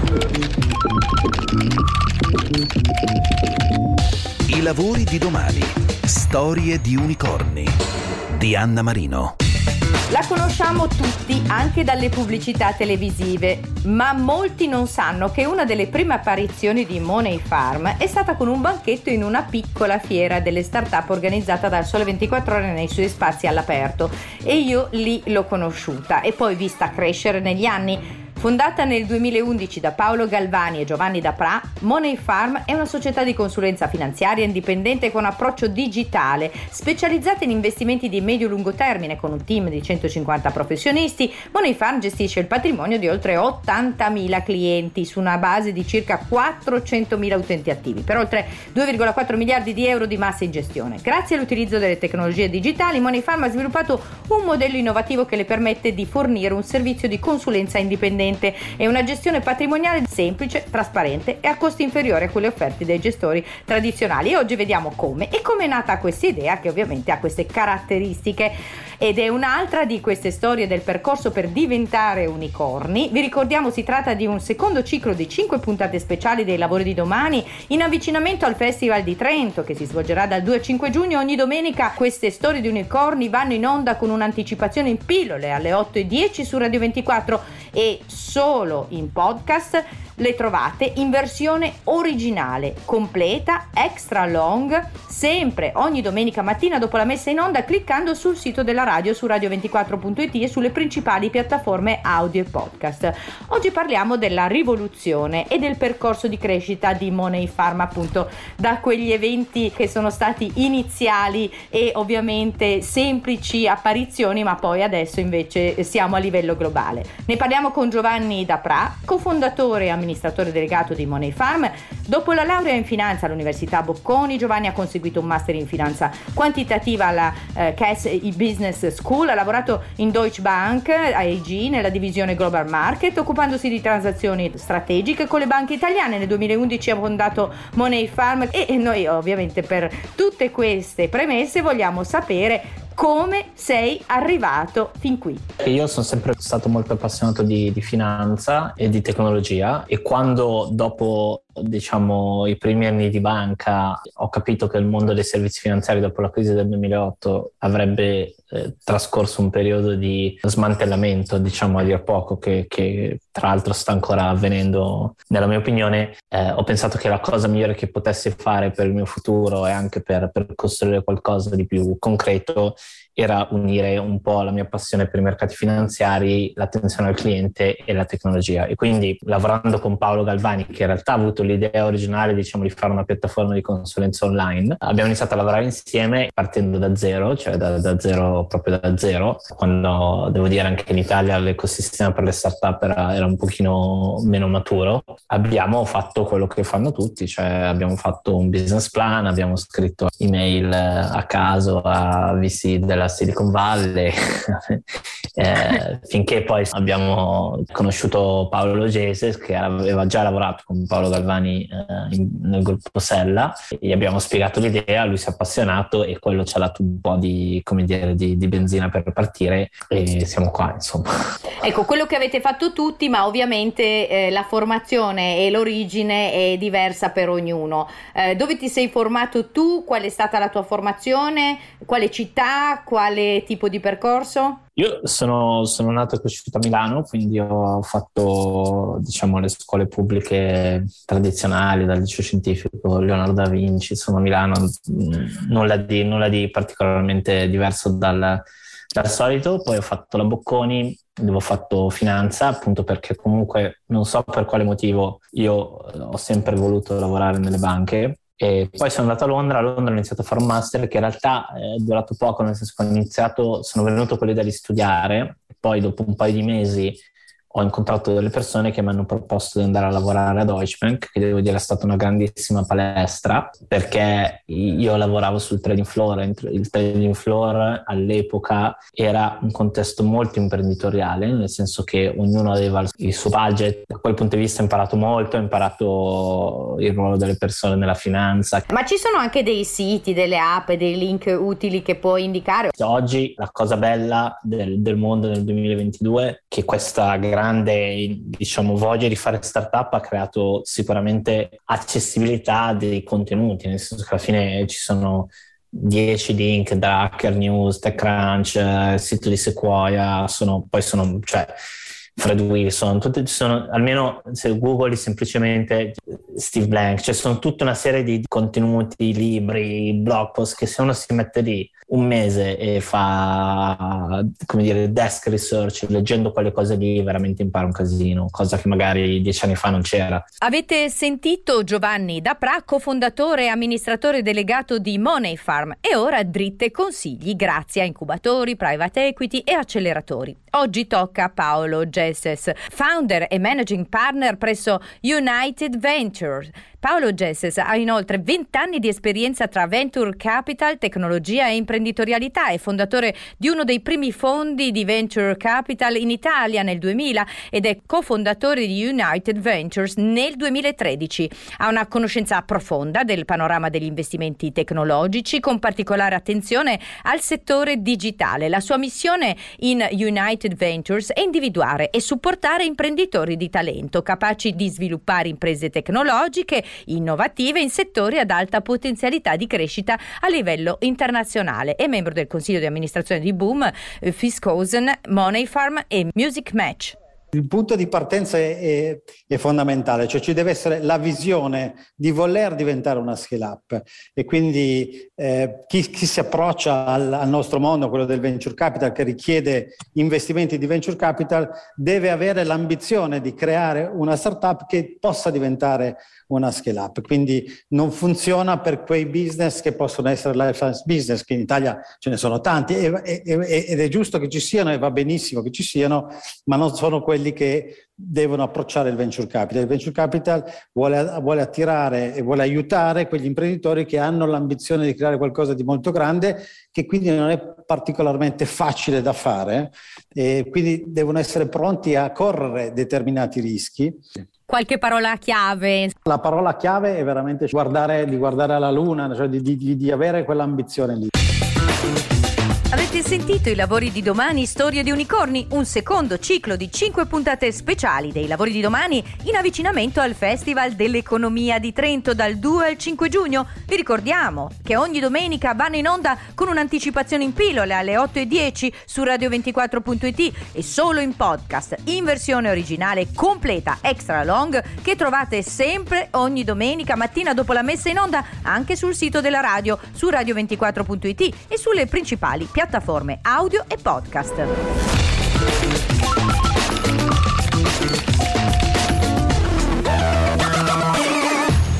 I lavori di domani. Storie di unicorni di Anna Marino. La conosciamo tutti anche dalle pubblicità televisive, ma molti non sanno che una delle prime apparizioni di Money Farm è stata con un banchetto in una piccola fiera delle start-up organizzata dal Sole 24 Ore nei suoi spazi all'aperto, e io lì l'ho conosciuta e poi vista crescere negli anni. Fondata nel 2011 da Paolo Galvani e Giovanni Dapra, Money Farm è una società di consulenza finanziaria indipendente con approccio digitale, specializzata in investimenti di medio-lungo termine. Con un team di 150 professionisti, Money Farm gestisce il patrimonio di oltre 80.000 clienti su una base di circa 400.000 utenti attivi, per oltre 2,4 miliardi di euro di massa in gestione. Grazie all'utilizzo delle tecnologie digitali, Money Farm ha sviluppato un modello innovativo che le permette di fornire un servizio di consulenza indipendente e una gestione patrimoniale semplice, trasparente e a costi inferiori a quelle offerti dai gestori tradizionali. E oggi vediamo come è nata questa idea, che ovviamente ha queste caratteristiche ed è un'altra di queste storie del percorso per diventare unicorni. Vi ricordiamo, si tratta di un secondo ciclo di 5 puntate speciali dei lavori di domani in avvicinamento al Festival di Trento, che si svolgerà dal 2 al 5 giugno. Ogni domenica queste storie di unicorni vanno in onda con un'anticipazione in pillole alle 8:10 su Radio 24 e solo in podcast le trovate in versione originale, completa, extra long, sempre ogni domenica mattina dopo la messa in onda, cliccando sul sito della radio su radio24.it e sulle principali piattaforme audio e podcast. Oggi parliamo della rivoluzione e del percorso di crescita di Money Farm, appunto da quegli eventi che sono stati iniziali e ovviamente semplici apparizioni, ma poi adesso invece siamo a livello globale. Ne parliamo con Giovanni Dapra, cofondatore e amministratore delegato di Money Farm. Dopo la laurea in finanza all'Università Bocconi, Giovanni ha conseguito un master in finanza quantitativa alla KSI Business School, ha lavorato in Deutsche Bank AG nella divisione Global Market, occupandosi di transazioni strategiche con le banche italiane. Nel 2011 ha fondato Money Farm e noi ovviamente per tutte queste premesse vogliamo sapere come sei arrivato fin qui. Io sono sempre stato molto appassionato di finanza e di tecnologia, e quando dopo i primi anni di banca ho capito che il mondo dei servizi finanziari dopo la crisi del 2008 avrebbe trascorso un periodo di smantellamento, a dir poco, che tra l'altro sta ancora avvenendo nella mia opinione, ho pensato che la cosa migliore che potessi fare per il mio futuro e anche per costruire qualcosa di più concreto era unire un po' la mia passione per i mercati finanziari, l'attenzione al cliente e la tecnologia. E quindi, lavorando con Paolo Galvani, che in realtà ha avuto l'idea originale di fare una piattaforma di consulenza online, abbiamo iniziato a lavorare insieme partendo da zero, cioè proprio da zero, quando devo dire anche in Italia l'ecosistema per le startup era un pochino meno maturo. Abbiamo fatto quello che fanno tutti, cioè abbiamo fatto un business plan, abbiamo scritto email a caso a VC della Silicon Valley finché poi abbiamo conosciuto Paolo Geses, che aveva già lavorato con Paolo Galvani nel gruppo Sella, e gli abbiamo spiegato l'idea, lui si è appassionato e quello ci ha dato un po' di benzina per partire, e siamo qua, insomma. Ecco, quello che avete fatto tutti, ma ovviamente la formazione e l'origine è diversa per ognuno. Dove ti sei formato tu? Qual è stata la tua formazione? Quale città? Quale tipo di percorso? Io sono nato e cresciuto a Milano, quindi ho fatto le scuole pubbliche tradizionali, dal liceo scientifico Leonardo da Vinci, insomma Milano, nulla di particolarmente diverso dal solito. Poi ho fatto la Bocconi, dove ho fatto finanza, appunto perché comunque non so per quale motivo io ho sempre voluto lavorare nelle banche. E poi sono andato a Londra ho iniziato a fare un master che in realtà è durato poco, nel senso che sono venuto con l'idea di studiare, poi dopo un paio di mesi ho incontrato delle persone che mi hanno proposto di andare a lavorare a Deutsche Bank, che devo dire è stata una grandissima palestra, perché io lavoravo sul trading floor. Il trading floor all'epoca era un contesto molto imprenditoriale, nel senso che ognuno aveva il suo budget. Da quel punto di vista ho imparato molto, ho imparato il ruolo delle persone nella finanza. Ma ci sono anche dei siti, delle app, dei link utili che puoi indicare? Oggi la cosa bella del mondo nel 2022 è che questa grande grande, diciamo, voglia di fare startup ha creato sicuramente accessibilità dei contenuti, nel senso che alla fine ci sono 10 link da Hacker News, TechCrunch, il sito di Sequoia, cioè Fred Wilson, almeno se googli semplicemente Steve Blank, cioè sono tutta una serie di contenuti, libri, blog post che se uno si mette lì un mese e fa, come dire, desk research, leggendo quelle cose lì, veramente impara un casino, cosa che magari 10 anni fa non c'era. Avete sentito Giovanni Dapra, cofondatore e amministratore delegato di Money Farm, e ora dritte consigli grazie a incubatori, private equity e acceleratori. Oggi tocca a Paolo Gesses, founder e managing partner presso United Ventures. Paolo Gesses ha inoltre 20 anni di esperienza tra venture capital, tecnologia e imprenditorialità. È fondatore di uno dei primi fondi di venture capital in Italia nel 2000 ed è cofondatore di United Ventures nel 2013. Ha una conoscenza profonda del panorama degli investimenti tecnologici, con particolare attenzione al settore digitale. La sua missione in United Ventures è individuare e supportare imprenditori di talento capaci di sviluppare imprese tecnologiche innovative in settori ad alta potenzialità di crescita a livello internazionale. È membro del consiglio di amministrazione di Boom, Fiscosen, Money Farm e Music Match. Il punto di partenza è fondamentale, cioè ci deve essere la visione di voler diventare una scale up, e quindi chi si approccia al nostro mondo, quello del venture capital, che richiede investimenti di venture capital, deve avere l'ambizione di creare una startup che possa diventare una scale up. Quindi non funziona per quei business che possono essere life science business, che in Italia ce ne sono tanti ed è giusto che ci siano e va benissimo che ci siano, ma non sono quelli che devono approcciare il venture capital. Il venture capital vuole attirare e vuole aiutare quegli imprenditori che hanno l'ambizione di creare qualcosa di molto grande, che quindi non è particolarmente facile da fare, e quindi devono essere pronti a correre determinati rischi. Qualche parola chiave? La parola chiave è veramente guardare alla luna, cioè di avere quell'ambizione lì. Avete sentito I Lavori di Domani, Storie di Unicorni, un secondo ciclo di 5 puntate speciali dei Lavori di Domani in avvicinamento al Festival dell'Economia di Trento dal 2 al 5 giugno. Vi ricordiamo che ogni domenica vanno in onda con un'anticipazione in pillole alle 8:10 su radio24.it e solo in podcast in versione originale completa extra long, che trovate sempre ogni domenica mattina dopo la messa in onda anche sul sito della radio, su radio24.it e sulle principali piattaforme audio e podcast.